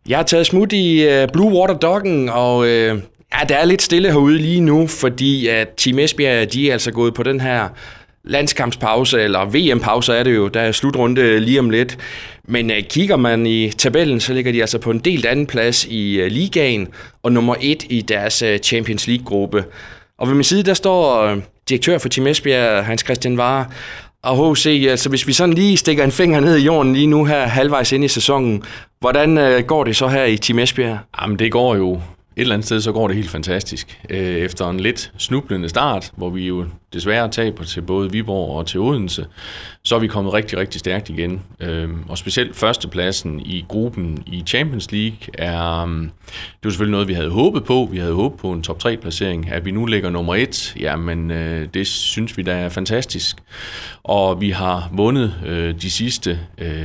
Jeg har taget smut i Blue Water Docken, og der er lidt stille herude lige nu, fordi at Team Esbjerg, de er altså gået på den her landskampspause, eller VM-pause er det jo, der er slutrunde lige om lidt. Men kigger man i tabellen, så ligger de altså på en delt anden plads i ligaen, og nummer 1 i deres Champions League-gruppe. Og ved min side, der står direktør for Team Esbjerg, Hans Christian Warre. Og HC, altså hvis vi sådan lige stikker en finger ned i jorden lige nu her halvvejs ind i sæsonen, hvordan går det så her i Team Esbjerg? Jamen det går jo et eller andet sted, så går det helt fantastisk. Efter en lidt snublende start, hvor vi jo desværre taber til både Viborg og til Odense, så er vi kommet rigtig, rigtig stærkt igen. Og specielt førstepladsen i gruppen i Champions League det var selvfølgelig noget, vi havde håbet på. Vi havde håbet på en top 3-placering. At vi nu ligger nummer 1, jamen det synes vi da er fantastisk. Og vi har vundet de sidste,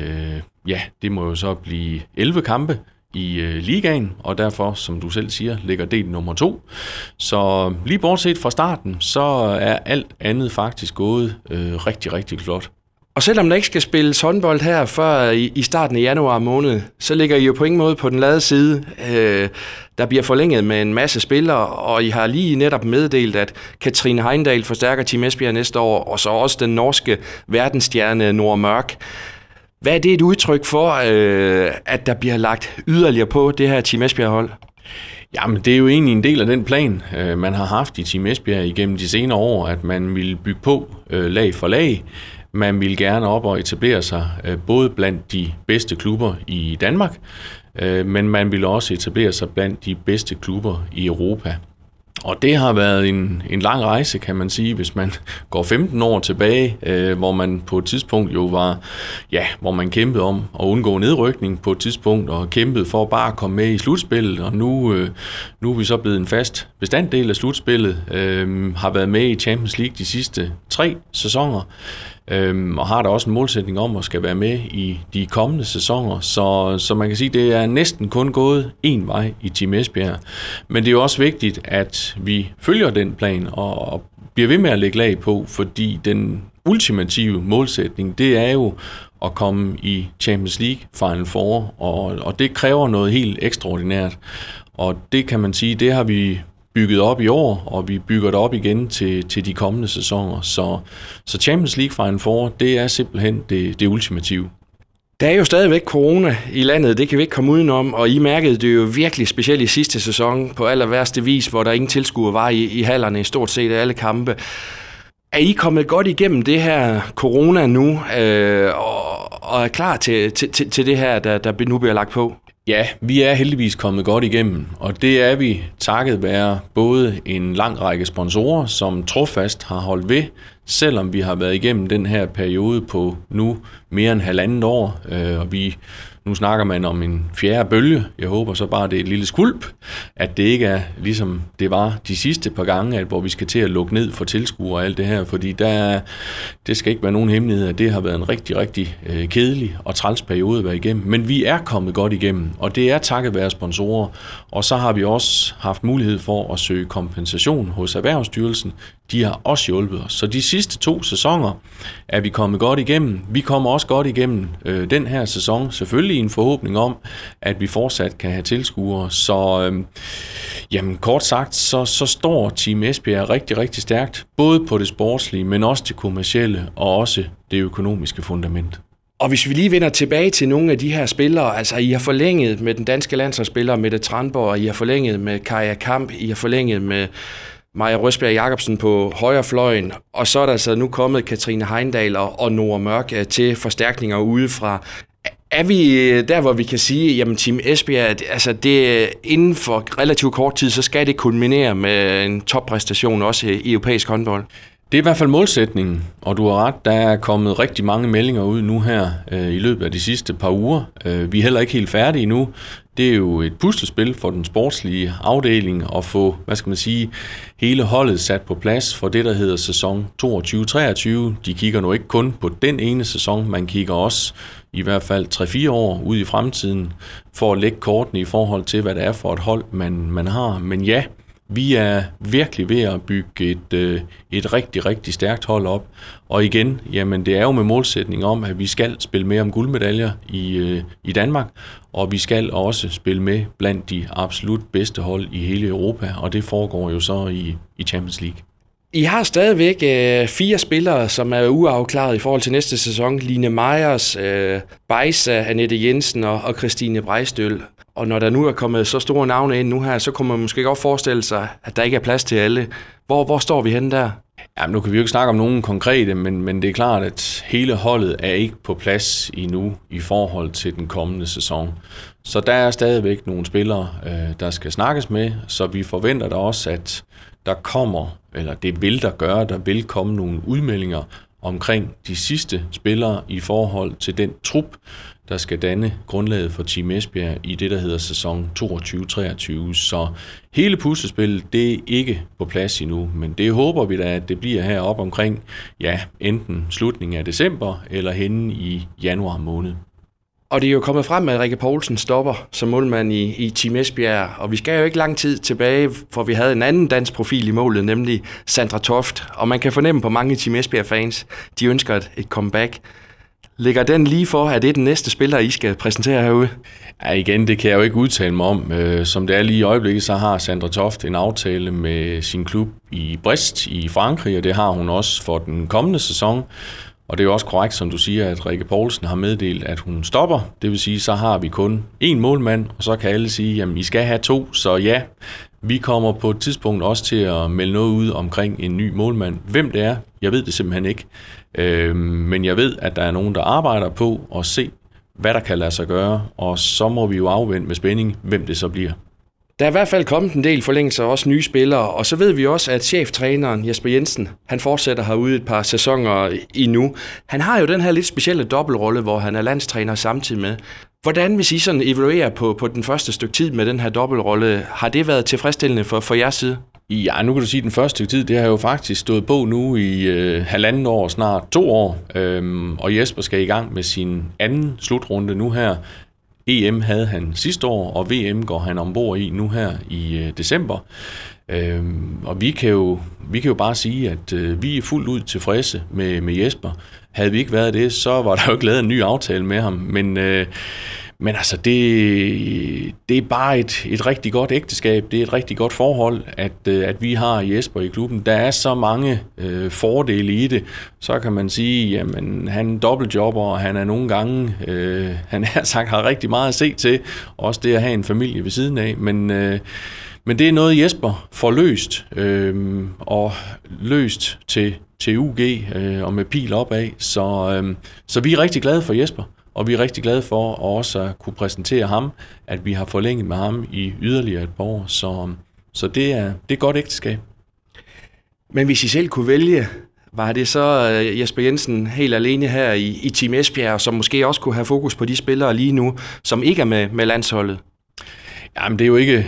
det må jo så blive 11 kampe i ligaen, og derfor, som du selv siger, ligger del nummer 2. Så lige bortset fra starten, så er alt andet faktisk gået rigtig, rigtig flot. Og selvom der ikke skal spilles håndbold her før i starten af januar måned, så ligger I jo på ingen måde på den lade side. Der bliver forlænget med en masse spillere, og I har lige netop meddelt, at Katrine Heindal forstærker Team Esbjerg næste år, og så også den norske verdensstjerne Nora Mørk. Hvad er det et udtryk for, at der bliver lagt yderligere på det her Team Esbjerg-hold? Jamen, det er jo egentlig en del af den plan, man har haft i Team Esbjerg igennem de senere år, at man vil bygge på lag for lag. Man vil gerne op og etablere sig både blandt de bedste klubber i Danmark, men man vil også etablere sig blandt de bedste klubber i Europa. Og det har været en lang rejse, kan man sige, hvis man går 15 år tilbage, hvor man på et tidspunkt jo var, hvor man kæmpede om at undgå nedrykning på et tidspunkt, og kæmpede for bare at komme med i slutspillet, og nu er vi så blevet en fast bestanddel af slutspillet, har været med i Champions League de sidste 3 sæsoner, og har der også en målsætning om at skal være med i de kommende sæsoner, så man kan sige, at det er næsten kun gået én vej i Team Esbjerg. Men det er jo også vigtigt, at vi følger den plan og bliver ved med at lægge lag på, fordi den ultimative målsætning, det er jo at komme i Champions League Final Four, og det kræver noget helt ekstraordinært. Og det kan man sige, det har vi bygget op i år, og vi bygger det op igen til de kommende sæsoner. Så Champions League Final Four, det er simpelthen det ultimative. Der er jo stadigvæk corona i landet, det kan vi ikke komme udenom, og I mærkede det jo virkelig specielt i sidste sæson på aller værste vis, hvor der ingen tilskuere var i hallerne i stort set alle kampe. Er I kommet godt igennem det her corona nu, og er klar til det her, der nu bliver lagt på? Ja, vi er heldigvis kommet godt igennem, og det er vi takket være både en lang række sponsorer, som trofast har holdt ved, selvom vi har været igennem den her periode på nu mere end 1,5 år, og nu snakker man om en 4. bølge. Jeg håber så bare, det er et lille skvulp, at det ikke er ligesom det var de sidste par gange, hvor vi skal til at lukke ned for tilskuere og alt det her, fordi det skal ikke være nogen hemmelighed, at det har været en rigtig, rigtig kedelig og træls periode at være igennem. Men vi er kommet godt igennem, og det er takket være sponsorer, og så har vi også haft mulighed for at søge kompensation hos Erhvervsstyrelsen. De har også hjulpet os. Så de sidste 2 sæsoner er vi kommet godt igennem. Vi kommer også godt igennem den her sæson. Selvfølgelig i en forhåbning om, at vi fortsat kan have tilskuere. Så kort sagt, så står Team Esbjerg rigtig, rigtig stærkt. Både på det sportslige, men også det kommercielle og også det økonomiske fundament. Og hvis vi lige vender tilbage til nogle af de her spillere, altså I har forlænget med den danske landsholdsspiller Mette Tranborg, I har forlænget med Kaja Kamp, I har forlænget med Maja Røsberg Jacobsen på højre fløjen, og så er der altså nu kommet Katrine Heindal og Nora Mørk til forstærkninger udefra. Er vi der, hvor vi kan sige, jamen Team Esbjerg, altså det inden for relativt kort tid, så skal det kulminere med en toppræstation også i europæisk håndbold? Det er i hvert fald målsætningen, og du har ret, der er kommet rigtig mange meldinger ud nu her i løbet af de sidste par uger. Vi er heller ikke helt færdige nu. Det er jo et puslespil for den sportslige afdeling at få, hele holdet sat på plads for det, der hedder sæson 22-23. De kigger nu ikke kun på den ene sæson, man kigger også i hvert fald 3-4 år ud i fremtiden for at lægge kortene i forhold til, hvad det er for et hold, man har. Men ja, Vi er virkelig ved at bygge et rigtig, rigtig stærkt hold op. Og igen, jamen det er jo med målsætning om, at vi skal spille med om guldmedaljer i Danmark, og vi skal også spille med blandt de absolut bedste hold i hele Europa, og det foregår jo så i Champions League. I har stadigvæk 4 spillere, som er uafklaret i forhold til næste sæson. Line Meyers, Bejsa, Annette Jensen og Christine Brejstøl. Og når der nu er kommet så store navne ind nu her, så kunne man måske godt forestille sig, at der ikke er plads til alle. Hvor står vi henne der? Jamen, nu kan vi jo ikke snakke om nogen konkrete, men det er klart, at hele holdet er ikke på plads endnu i forhold til den kommende sæson. Så der er stadigvæk nogle spillere, der skal snakkes med, så vi forventer da også, at der kommer, eller det vil der gøre, der vil komme nogle udmeldinger omkring de sidste spillere i forhold til den trup, der skal danne grundlaget for Team Esbjerg i det, der hedder sæson 22-23. Så hele puslespillet, det er ikke på plads endnu, men det håber vi da, at det bliver heroppe omkring, ja, enten slutningen af december eller henne i januar måned. Og det er jo kommet frem, at Rikke Poulsen stopper som målmand i Team Esbjerg, og vi skal jo ikke lang tid tilbage, for vi havde en anden dansk profil i målet, nemlig Sandra Toft, og man kan fornemme på mange Team Esbjerg-fans, de ønsker et comeback. Ligger den lige for, at det er den næste spiller, I skal præsentere herude? Ja, igen, det kan jeg jo ikke udtale mig om. Som det er lige i øjeblikket, så har Sandra Toft en aftale med sin klub i Brest i Frankrig, og det har hun også for den kommende sæson. Og det er jo også korrekt, som du siger, at Rikke Poulsen har meddelt, at hun stopper. Det vil sige, så har vi kun 1 målmand, og så kan alle sige, jamen I skal have 2. Så ja, vi kommer på et tidspunkt også til at melde noget ud omkring en ny målmand. Hvem det er, jeg ved det simpelthen ikke. Men jeg ved, at der er nogen, der arbejder på at se, hvad der kan lade sig gøre. Og så må vi jo afvente med spænding, hvem det så bliver. Der er i hvert fald kommet en del forlængelser og også nye spillere, og så ved vi også, at cheftræneren Jesper Jensen, han fortsætter herude et par sæsoner endnu. Han har jo den her lidt specielle dobbeltrolle, hvor han er landstræner samtidig med. Hvordan, hvis I sådan evaluerer på den første stykke tid med den her dobbeltrolle, har det været tilfredsstillende for jeres side? Ja, nu kan du sige, at den første stykke tid, det har jo faktisk stået på nu i 1,5 år, snart 2 år, og Jesper skal i gang med sin anden slutrunde nu her. EM havde han sidste år, og VM går han ombord i nu her i december. Og vi kan jo bare sige, at vi er fuldt ud tilfredse med Jesper. Havde vi ikke været det, så var der jo ikke lavet en ny aftale med ham. Men altså, det er bare et rigtig godt ægteskab. Det er et rigtig godt forhold, at vi har Jesper i klubben. Der er så mange fordele i det. Så kan man sige, jamen han dobbeltjobber, og han er nogle gange, han har rigtig meget at se til. Også det at have en familie ved siden af. Men det er noget, Jesper får løst, og løst til UG og med pil opad. Så vi er rigtig glade for Jesper. Og vi er rigtig glade for også at kunne præsentere ham, at vi har forlænget med ham i yderligere et par år. Så det er et godt ægteskab. Men hvis I selv kunne vælge, var det så Jesper Jensen helt alene her i Team Esbjerg, som måske også kunne have fokus på de spillere lige nu, som ikke er med landsholdet? Jamen, det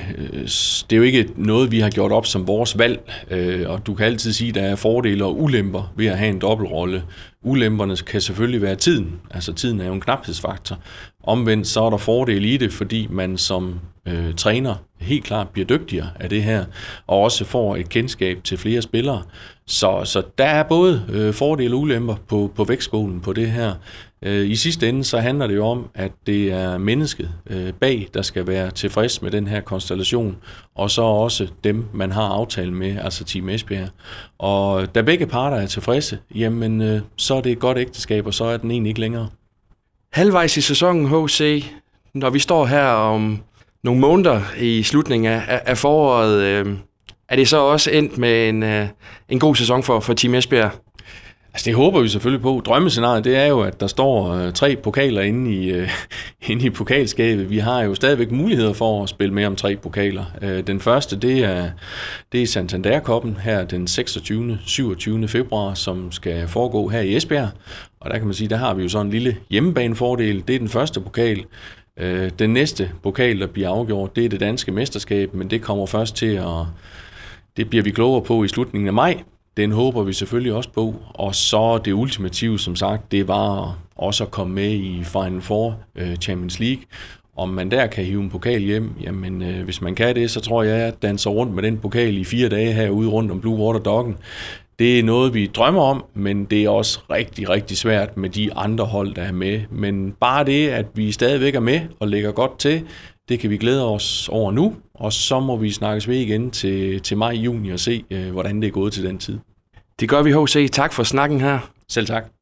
er jo ikke noget, vi har gjort op som vores valg, og du kan altid sige, at der er fordele og ulemper ved at have en dobbeltrolle. Ulemperne kan selvfølgelig være tiden. Altså, tiden er jo en knaphedsfaktor. Omvendt så er der fordele i det, fordi man som træner helt klart bliver dygtigere af det her, og også får et kendskab til flere spillere. Så der er både fordele og ulemper på vægtskålen på det her. I sidste ende så handler det jo om, at det er mennesket bag, der skal være tilfreds med den her konstellation, og så også dem, man har aftalt med, altså Team Esbjerg. Og da begge parter er tilfredse, jamen så er det et godt ægteskab, og så er den egentlig ikke længere. Halvvejs i sæsonen, HC, når vi står her om nogle måneder i slutningen af foråret, er det så også endt med en god sæson for Team Esbjerg? Altså det håber vi selvfølgelig på. Drømmescenariet, det er jo, at der står 3 pokaler inde i pokalskabet. Vi har jo stadigvæk muligheder for at spille med om 3 pokaler. Den første, det er Santander-koppen her den 26. 27. februar, som skal foregå her i Esbjerg. Og der kan man sige, der har vi jo sådan en lille hjemmebanefordel. Det er den første pokal. Den næste pokal, der bliver afgjort, det er det danske mesterskab, men det kommer først til det bliver vi klogere på i slutningen af maj. Den håber vi selvfølgelig også på. Og så det ultimative, som sagt, det var også at komme med i Final Four Champions League. om man der kan hive en pokal hjem, jamen hvis man kan det, så tror jeg, at danser rundt med den pokal i 4 dage herude rundt om Blue Water Doggen. Det er noget, vi drømmer om, men det er også rigtig, rigtig svært med de andre hold, der er med. Men bare det, at vi stadigvæk er med og lægger godt til, det kan vi glæde os over nu, og så må vi snakkes ved igen til maj-juni og se, hvordan det er gået til den tid. Det gør vi, H.C. Tak for snakken her. Selv tak.